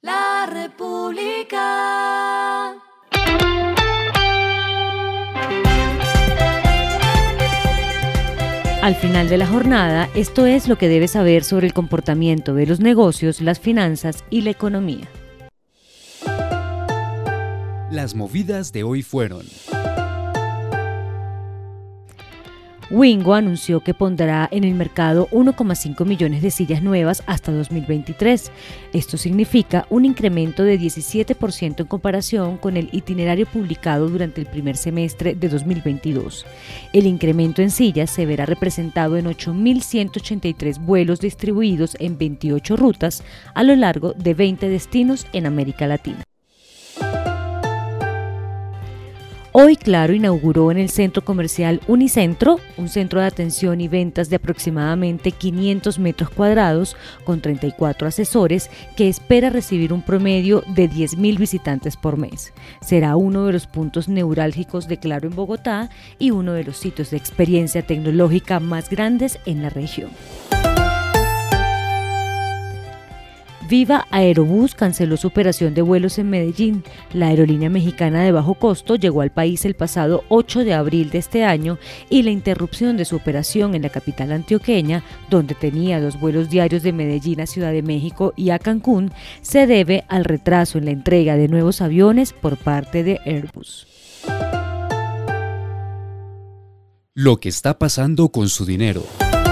La República. Al final de la jornada, esto es lo que debes saber sobre el comportamiento de los negocios, las finanzas y la economía. Las movidas de hoy fueron: Wingo anunció que pondrá en el mercado 1,5 millones de sillas nuevas hasta 2023. Esto significa un incremento de 17% en comparación con el itinerario publicado durante el primer semestre de 2022. El incremento en sillas se verá representado en 8.183 vuelos distribuidos en 28 rutas a lo largo de 20 destinos en América Latina. Hoy Claro inauguró en el centro comercial Unicentro, un centro de atención y ventas de aproximadamente 500 metros cuadrados con 34 asesores que espera recibir un promedio de 10.000 visitantes por mes. Será uno de los puntos neurálgicos de Claro en Bogotá y uno de los sitios de experiencia tecnológica más grandes en la región. Viva Aerobús canceló su operación de vuelos en Medellín. La aerolínea mexicana de bajo costo llegó al país el pasado 8 de abril de este año y la interrupción de su operación en la capital antioqueña, donde tenía 2 vuelos diarios de Medellín a Ciudad de México y a Cancún, se debe al retraso en la entrega de nuevos aviones por parte de Airbus. lo que está pasando con su dinero.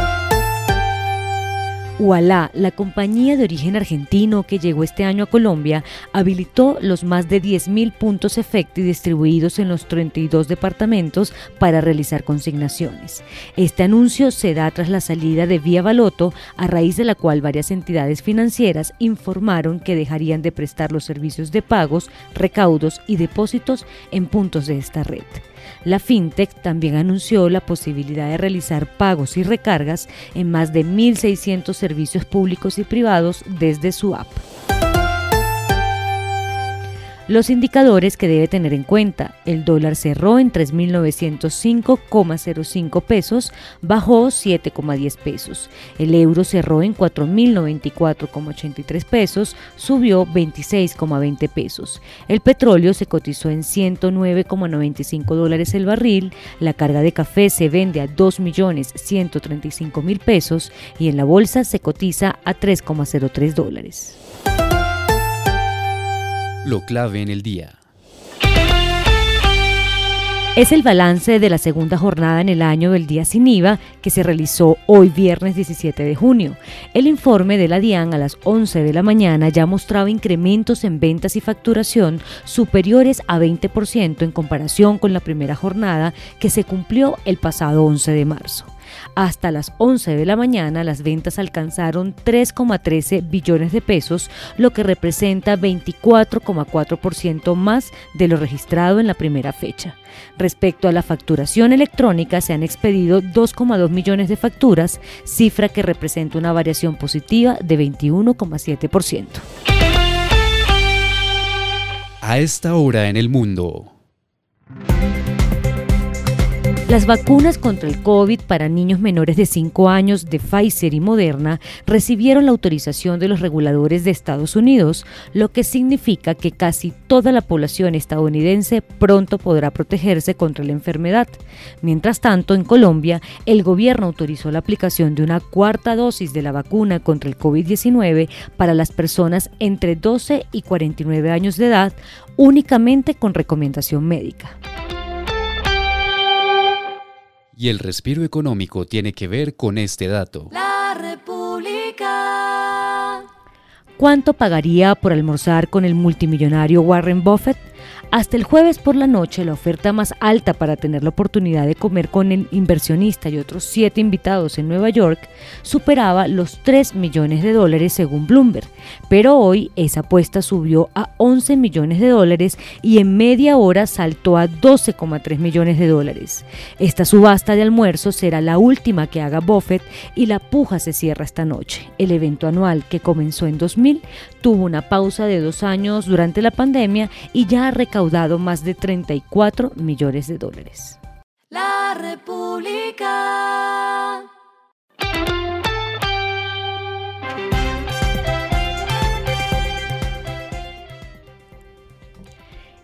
Ualá, la compañía de origen argentino que llegó este año a Colombia, habilitó los más de 10.000 puntos Efecti distribuidos en los 32 departamentos para realizar consignaciones. Este anuncio se da tras la salida de Vía Baloto, a raíz de la cual varias entidades financieras informaron que dejarían de prestar los servicios de pagos, recaudos y depósitos en puntos de esta red. La FinTech también anunció la posibilidad de realizar pagos y recargas en más de 1.600 servicios públicos y privados desde su app. Los indicadores que debe tener en cuenta: el dólar cerró en 3.905,05 pesos, bajó 7,10 pesos. El euro cerró en 4.094,83 pesos, subió 26,20 pesos. El petróleo se cotizó en $109,95 el barril. La carga de café se vende a 2.135.000 pesos y en la bolsa se cotiza a $3,03. Lo clave en el día. Es el balance de la segunda jornada en el año del día sin IVA que se realizó hoy viernes 17 de junio. El informe de la DIAN a las 11 de la mañana ya mostraba incrementos en ventas y facturación superiores a 20% en comparación con la primera jornada que se cumplió el pasado 11 de marzo. Hasta las 11 de la mañana las ventas alcanzaron 3,13 billones de pesos, lo que representa 24,4% más de lo registrado en la primera fecha. Respecto a la facturación electrónica, se han expedido 2,2 millones de facturas, cifra que representa una variación positiva de 21,7%. A esta hora en el mundo. Las vacunas contra el COVID para niños menores de 5 años de Pfizer y Moderna recibieron la autorización de los reguladores de Estados Unidos, lo que significa que casi toda la población estadounidense pronto podrá protegerse contra la enfermedad. Mientras tanto, en Colombia, el gobierno autorizó la aplicación de una cuarta dosis de la vacuna contra el COVID-19 para las personas entre 12 y 49 años de edad, únicamente con recomendación médica. Y el respiro económico tiene que ver con este dato. La República. ¿Cuánto pagaría por almorzar con el multimillonario Warren Buffett? Hasta el jueves por la noche, la oferta más alta para tener la oportunidad de comer con el inversionista y otros 7 invitados en Nueva York superaba los $3 millones según Bloomberg, pero hoy esa apuesta subió a $11 millones y en media hora saltó a $12,3 millones. Esta subasta de almuerzo será la última que haga Buffett y la puja se cierra esta noche. El evento anual, que comenzó en 2000, tuvo una pausa de 2 años durante la pandemia y ya ha recaudado más de $34 millones. La República.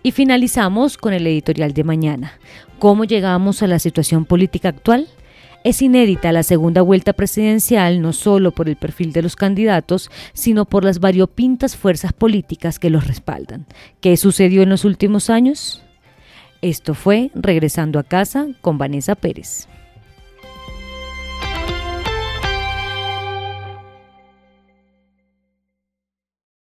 Y finalizamos con el editorial de mañana. ¿Cómo llegamos a la situación política actual? Es inédita la segunda vuelta presidencial no solo por el perfil de los candidatos, sino por las variopintas fuerzas políticas que los respaldan. ¿Qué sucedió en los últimos años? Esto fue Regresando a Casa con Vanessa Pérez.